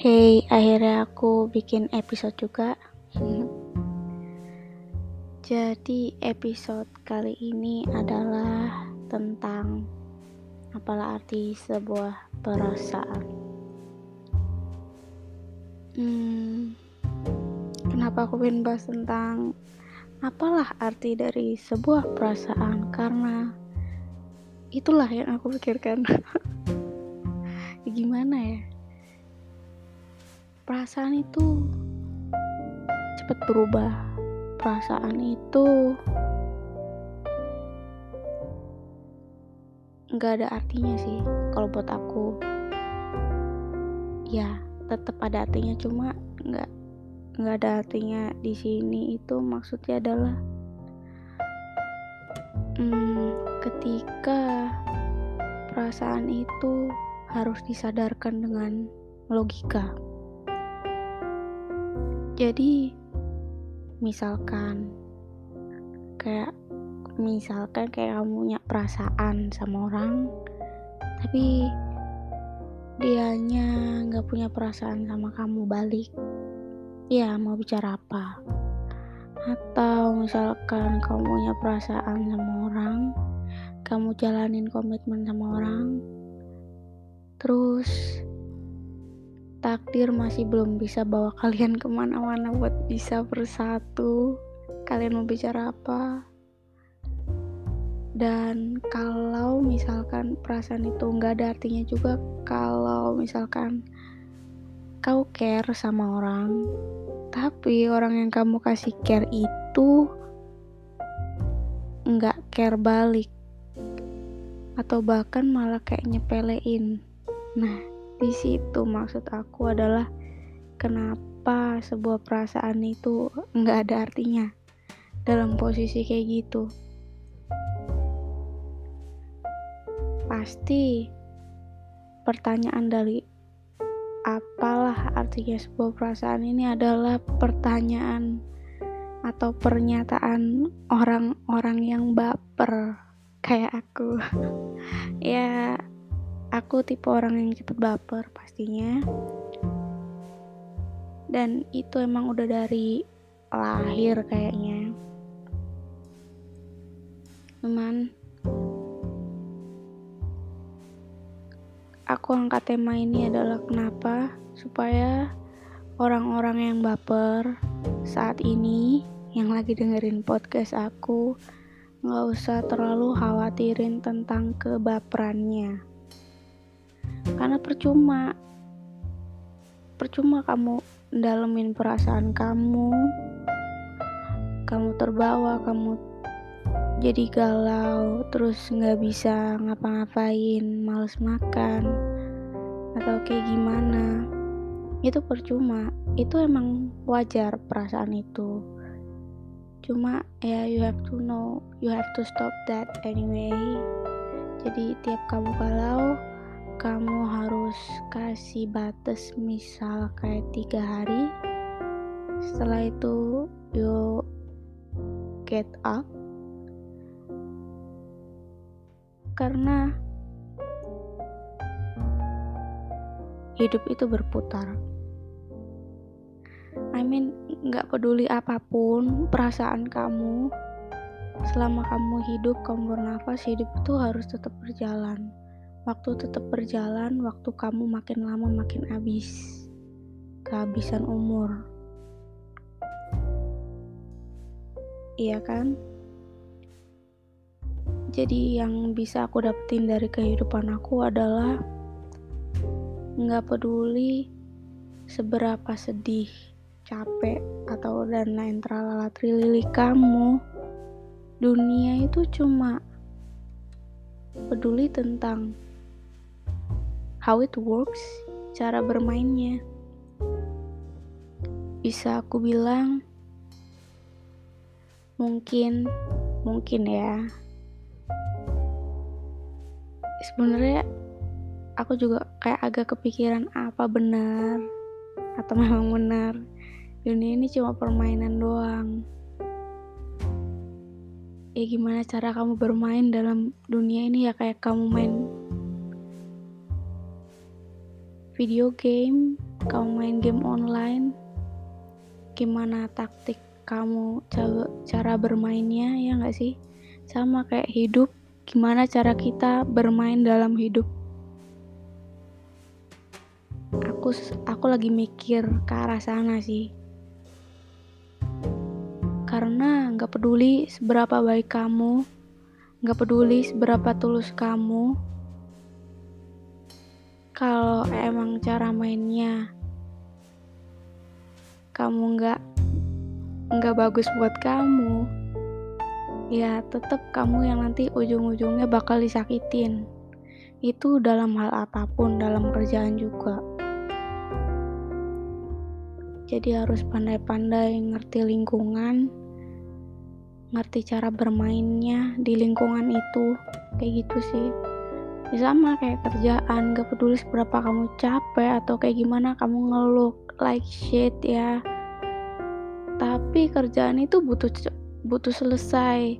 Hey, akhirnya aku bikin episode juga. Jadi episode kali ini adalah tentang apalah arti sebuah perasaan. Kenapa aku pengen bahas tentang apalah arti dari sebuah perasaan? Karena itulah yang aku pikirkan. Gimana ya? Perasaan itu cepat berubah. Perasaan itu nggak ada artinya sih kalau buat aku. Ya, tetap ada artinya, cuma nggak ada artinya di sini. Itu maksudnya adalah ketika perasaan itu harus disadarkan dengan logika. Jadi misalkan kayak kamu punya perasaan sama orang, tapi dianya nggak punya perasaan sama kamu balik. Ya, mau bicara apa? Atau misalkan kamu punya perasaan sama orang, kamu jalanin komitmen sama orang, terus takdir masih belum bisa bawa kalian kemana-mana buat bisa bersatu. Kalian mau bicara apa? Dan kalau misalkan perasaan itu nggak ada artinya juga, kalau misalkan kau care sama orang, tapi orang yang kamu kasih care itu nggak care balik, atau bahkan malah kayak nyepelein. Nah, di situ maksud aku adalah kenapa sebuah perasaan itu nggak ada artinya dalam posisi kayak gitu. Pasti pertanyaan dari apalah artinya sebuah perasaan ini adalah pertanyaan atau pernyataan orang-orang yang baper kayak aku. Ya, aku tipe orang yang cepet baper pastinya. Dan itu emang udah dari lahir kayaknya. Cuman aku angkat tema ini adalah kenapa supaya orang-orang yang baper saat ini yang lagi dengerin podcast aku gak usah terlalu khawatirin tentang kebaperannya. Karena percuma kamu dalemin perasaan kamu terbawa, kamu jadi galau, terus gak bisa ngapa-ngapain, males makan, atau kayak gimana. Itu percuma. Itu emang wajar perasaan itu. Cuma ya you have to know, you have to stop that anyway. Jadi tiap kamu galau, kamu harus kasih batas, misal kayak 3 hari. Setelah itu you get up. Karena hidup itu berputar. Gak peduli apapun perasaan kamu, selama kamu hidup, kamu bernafas, hidup itu harus tetap berjalan. Waktu tetap berjalan, waktu kamu makin lama makin habis, kehabisan umur. Iya kan? Jadi yang bisa aku dapetin dari kehidupan aku adalah gak peduli seberapa sedih, capek, atau dan lain tralala trilili kamu, dunia itu cuma peduli tentang how it works, cara bermainnya. Bisa aku bilang mungkin ya, sebenarnya aku juga kayak agak kepikiran apa benar atau memang benar dunia ini cuma permainan doang. Ya gimana cara kamu bermain dalam dunia ini, ya kayak kamu main video game, kamu main game online, gimana taktik kamu, cara bermainnya, ya nggak sih? Sama kayak hidup, gimana cara kita bermain dalam hidup. Aku lagi mikir ke arah sana sih. Karena nggak peduli seberapa baik kamu, nggak peduli seberapa tulus kamu, kalau emang cara mainnya kamu nggak bagus buat kamu, ya tetap kamu yang nanti ujung-ujungnya bakal disakitin. Itu dalam hal apapun, dalam kerjaan juga. Jadi harus pandai-pandai ngerti lingkungan, ngerti cara bermainnya di lingkungan itu, kayak gitu sih. Ya sama kayak kerjaan, gak peduli seberapa kamu capek atau kayak gimana kamu ngeluh like shit ya, tapi kerjaan itu butuh selesai,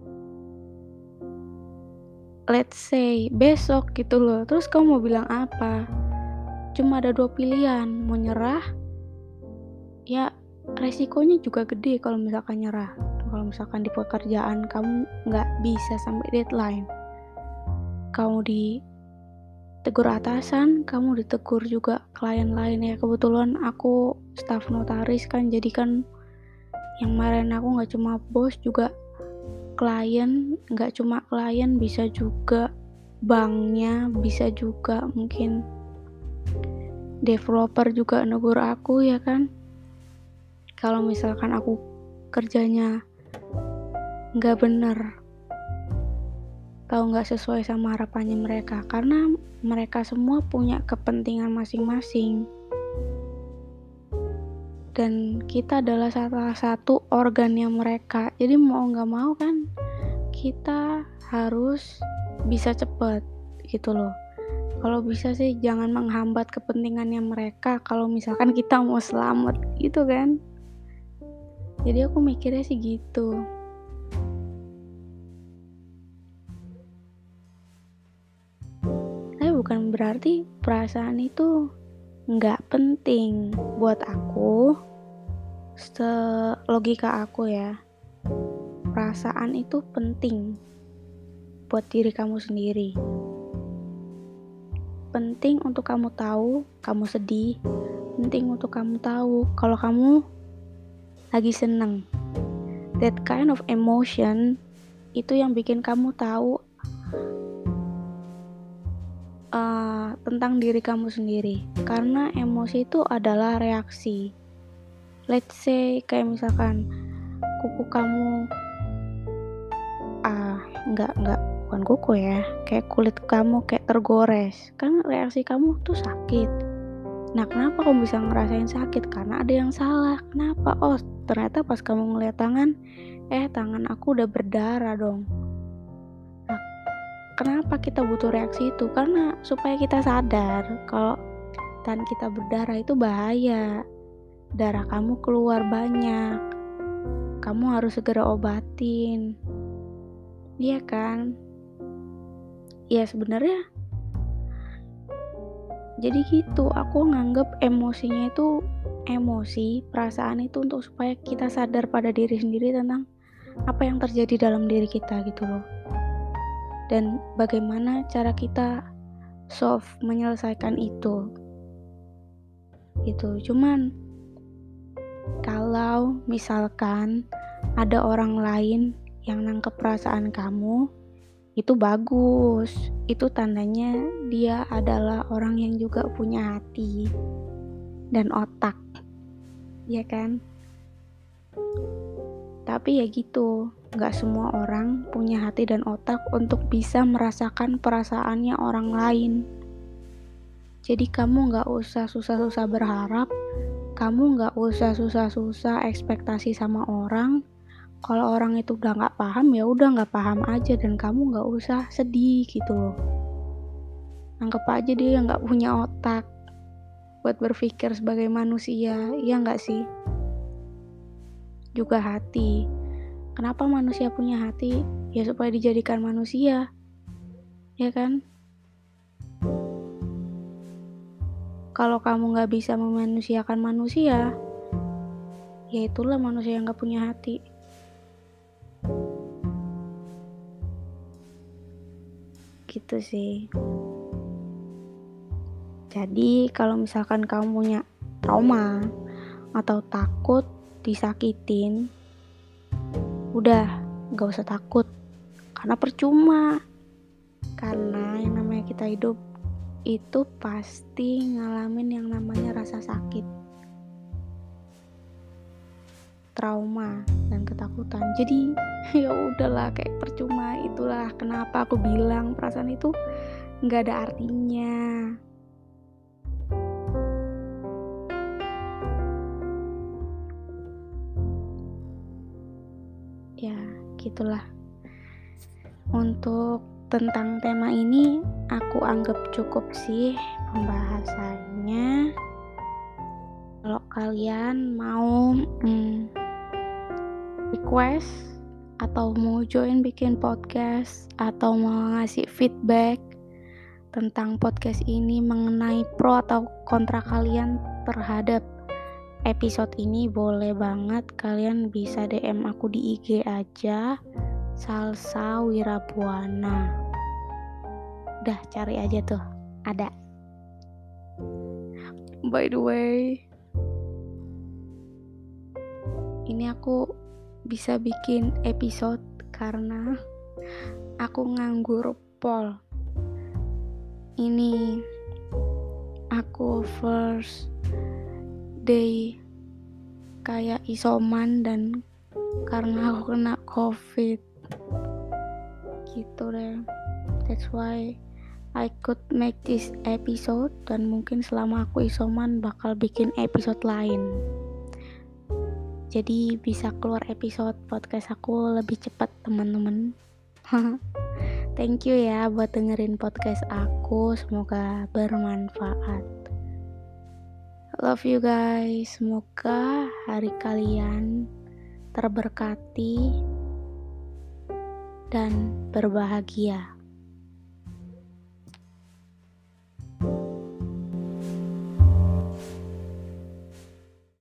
let's say besok gitu loh. Terus kamu mau bilang apa? Cuma ada 2 pilihan, mau nyerah, ya resikonya juga gede kalau misalkan nyerah. Kalau misalkan di pekerjaan kamu nggak bisa sampai deadline, kamu ditegur atasan, kamu ditegur juga klien lain ya. Kebetulan aku staf notaris kan, jadi kan yang marahin aku nggak cuma bos, juga klien. Nggak cuma klien, bisa juga banknya, bisa juga mungkin developer juga negur aku ya kan. Kalau misalkan aku kerjanya nggak bener atau nggak sesuai sama harapannya mereka, karena mereka semua punya kepentingan masing-masing dan kita adalah salah satu organnya mereka. Jadi mau nggak mau kan kita harus bisa cepet gitu loh. Kalau bisa sih jangan menghambat kepentingannya mereka kalau misalkan kita mau selamat gitu kan. Jadi aku mikirnya sih gitu. Tapi bukan berarti perasaan itu nggak penting buat aku. Logika aku ya, perasaan itu penting buat diri kamu sendiri. Penting untuk kamu tahu kamu sedih, penting untuk kamu tahu kalau kamu lagi seneng. That kind of emotion itu yang bikin kamu tahu tentang diri kamu sendiri. Karena emosi itu adalah reaksi. Let's say kayak misalkan kuku kamu bukan kuku ya, kayak kulit kamu kayak tergores, kan reaksi kamu tuh sakit. Nah, kenapa kamu bisa ngerasain sakit? Karena ada yang salah. Kenapa? Oh, ternyata pas kamu ngeliat tangan, tangan aku udah berdarah dong. Nah, kenapa kita butuh reaksi itu? Karena supaya kita sadar kalau tangan kita berdarah itu bahaya. Darah kamu keluar banyak, kamu harus segera obatin. Iya kan? Ya sebenarnya jadi gitu, aku nganggep emosinya itu perasaan itu untuk supaya kita sadar pada diri sendiri tentang apa yang terjadi dalam diri kita gitu loh. Dan bagaimana cara kita menyelesaikan itu. Gitu. Cuman kalau misalkan ada orang lain yang nangkep perasaan kamu, itu bagus. Itu tandanya dia adalah orang yang juga punya hati dan otak, ya kan? Tapi ya gitu, gak semua orang punya hati dan otak untuk bisa merasakan perasaannya orang lain. Jadi kamu gak usah susah-susah berharap, kamu gak usah susah-susah ekspektasi sama orang. Kalau orang itu udah nggak paham, ya udah nggak paham aja dan kamu nggak usah sedih gitu loh. Anggap aja dia nggak punya otak buat berpikir sebagai manusia, ya nggak sih? Juga hati. Kenapa manusia punya hati? Ya supaya dijadikan manusia, ya kan? Kalau kamu gak bisa memanusiakan manusia, ya itulah manusia yang gak punya hati. Gitu sih. Jadi kalau misalkan kamu punya trauma atau takut disakitin, udah gak usah takut, karena percuma. Karena yang namanya kita hidup itu pasti ngalamin yang namanya rasa sakit, trauma, dan ketakutan. Jadi ya udahlah, kayak percuma. Itulah kenapa aku bilang perasaan itu nggak ada artinya. Ya gitulah. Untuk tentang tema ini aku anggap cukup sih pembahasannya. Kalau kalian mau request atau mau join bikin podcast atau mau ngasih feedback tentang podcast ini mengenai pro atau kontra kalian terhadap episode ini, boleh banget. Kalian bisa DM aku di IG aja, Salsa Wirabuana. Udah cari aja tuh, ada. By the way, ini aku bisa bikin episode karena aku nganggur pol. Ini aku first day kayak isoman dan karena aku kena COVID gitu deh. That's why I could make this episode, dan mungkin selama aku isoman bakal bikin episode lain. Jadi bisa keluar episode podcast aku lebih cepat, teman-teman. Thank you ya buat dengerin podcast aku, semoga bermanfaat. Love you guys, semoga hari kalian terberkati dan berbahagia.